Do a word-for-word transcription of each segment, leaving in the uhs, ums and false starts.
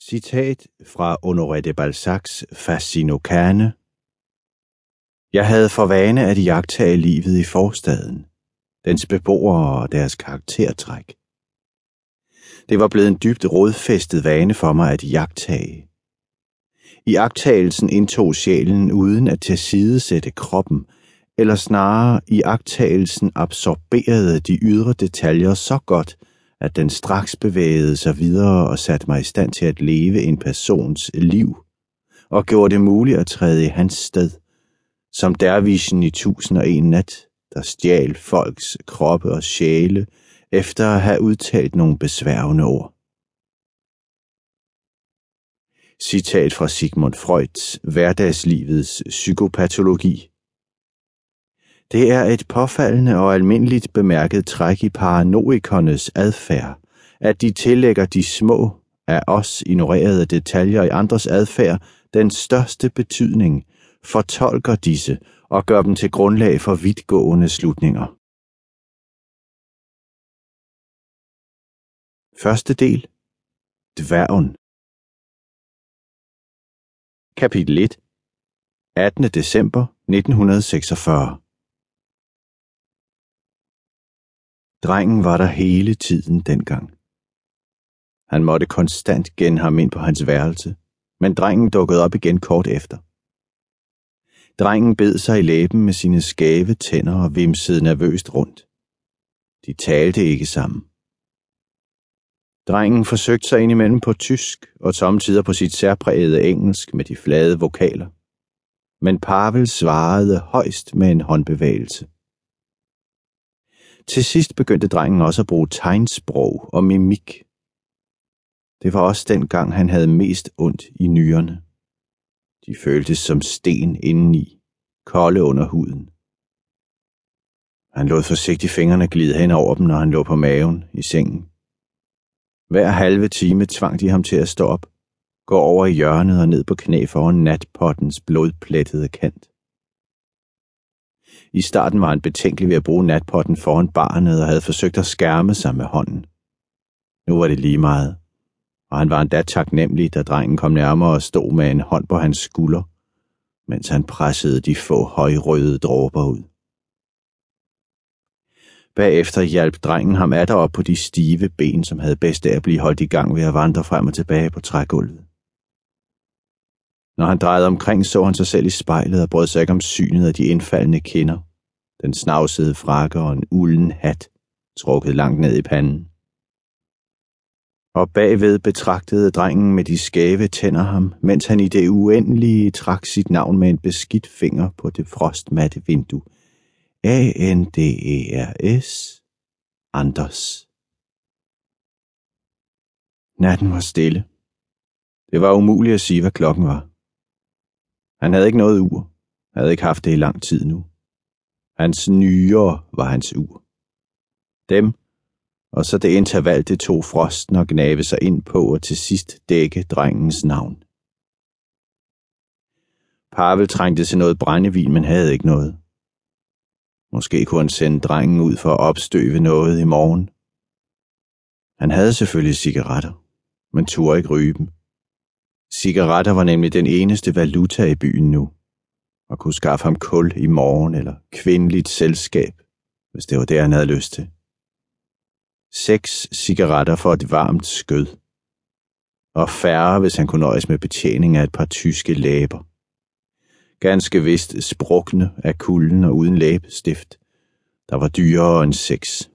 Citat fra Honoré de Balzacs Fascinocane. Jeg havde for vane at iagttage livet i forstaden, dens beboere og deres karaktertræk. Det var blevet en dybt rodfæstet vane for mig at iagttage. Iagttagelsen indtog sjælen uden at tilsidesætte kroppen, eller snarere iagttagelsen absorberede de ydre detaljer så godt, at den straks bevægede sig videre og satte mig i stand til at leve en persons liv, og gjorde det muligt at træde i hans sted, som dervischen i tusind og en nat, der stjal folks kroppe og sjæle, efter at have udtalt nogle besværgende ord. Citat fra Sigmund Freuds Hverdagslivets psykopatologi. Det er et påfaldende og almindeligt bemærket træk i paranoikernes adfærd, at de tillægger de små, af os ignorerede detaljer i andres adfærd den største betydning, fortolker disse og gør dem til grundlag for vidtgående slutninger. Første del. Dværgen. Kapitel et. attende december nitten seksogfyrre. Drengen var der hele tiden dengang. Han måtte konstant gen ham ind på hans værelse, men drengen dukkede op igen kort efter. Drengen bed sig i læben med sine skæve tænder og vimsede nervøst rundt. De talte ikke sammen. Drengen forsøgte sig indimellem på tysk og sommetider på sit særprægede engelsk med de flade vokaler. Men Pavel svarede højst med en håndbevægelse. Til sidst begyndte drengen også at bruge tegnsprog og mimik. Det var også dengang, han havde mest ondt i nyrerne. De føltes som sten indeni, kolde under huden. Han lod forsigtigt fingrene glide hen over dem, når han lå på maven i sengen. Hver halve time tvang de ham til at stå op, gå over i hjørnet og ned på knæ foran natpottens blodplettede kant. I starten var han betænkelig ved at bruge natpotten foran barnet og havde forsøgt at skærme sig med hånden. Nu var det lige meget, og han var endda taknemmelig, da drengen kom nærmere og stod med en hånd på hans skulder, mens han pressede de få højrøde dråber ud. Bagefter hjalp drengen ham atter op på de stive ben, som havde bedst af at blive holdt i gang ved at vandre frem og tilbage på trægulvet. Når han drejede omkring, så han sig selv i spejlet og brød sig ikke om synet af de indfaldende kinder, den snavsede frakke og en ulden hat, trukket langt ned i panden. Og bagved betragtede drengen med de skæve tænder ham, mens han i det uendelige trak sit navn med en beskidt finger på det frostmatte vindue. A N D E R S. Anders. Natten var stille. Det var umuligt at sige, hvad klokken var. Han havde ikke noget ur, havde ikke haft det i lang tid nu. Hans nyere var hans ur. Dem, og så det interval, det tog frosten og gnave sig ind på og til sidst dække drengens navn. Pavel trængte til noget brændevin, men havde ikke noget. Måske kunne han sende drengen ud for at opstøve noget i morgen. Han havde selvfølgelig cigaretter, men turde ikke ryge dem. Cigaretter var nemlig den eneste valuta i byen nu, og kunne skaffe ham kul i morgen eller kvindeligt selskab, hvis det var det, han havde lyst til. Seks cigaretter for et varmt skød, og færre, hvis han kunne nøjes med betjening af et par tyske læber. Ganske vist sprukne af kulden og uden læbestift, der var dyrere end seks.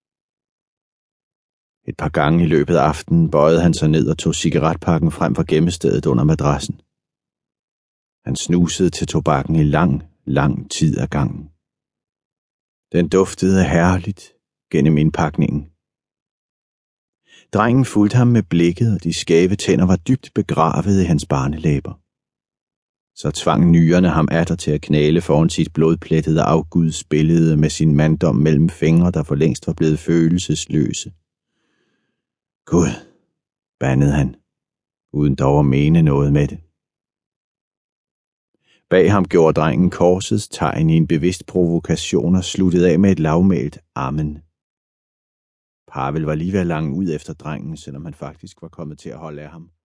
Et par gange i løbet af aftenen bøjede han sig ned og tog cigaretpakken frem fra gemmestedet under madrassen. Han snusede til tobakken i lang, lang tid ad gangen. Den duftede herligt gennem indpakningen. Drengen fulgte ham med blikket, og de skæve tænder var dybt begravet i hans barnelæber. Så tvang nyrerne ham atter til at knæle foran sit blodplettede afgudsbillede med sin manddom mellem fingre, der for længst var blevet følelsesløse. Gud, bandede han, uden dog at mene noget med det. Bag ham gjorde drengen korsets tegn i en bevidst provokation og sluttede af med et lavmælt amen. Pavel var lige ved at lange ud efter drengen, selvom han faktisk var kommet til at holde af ham.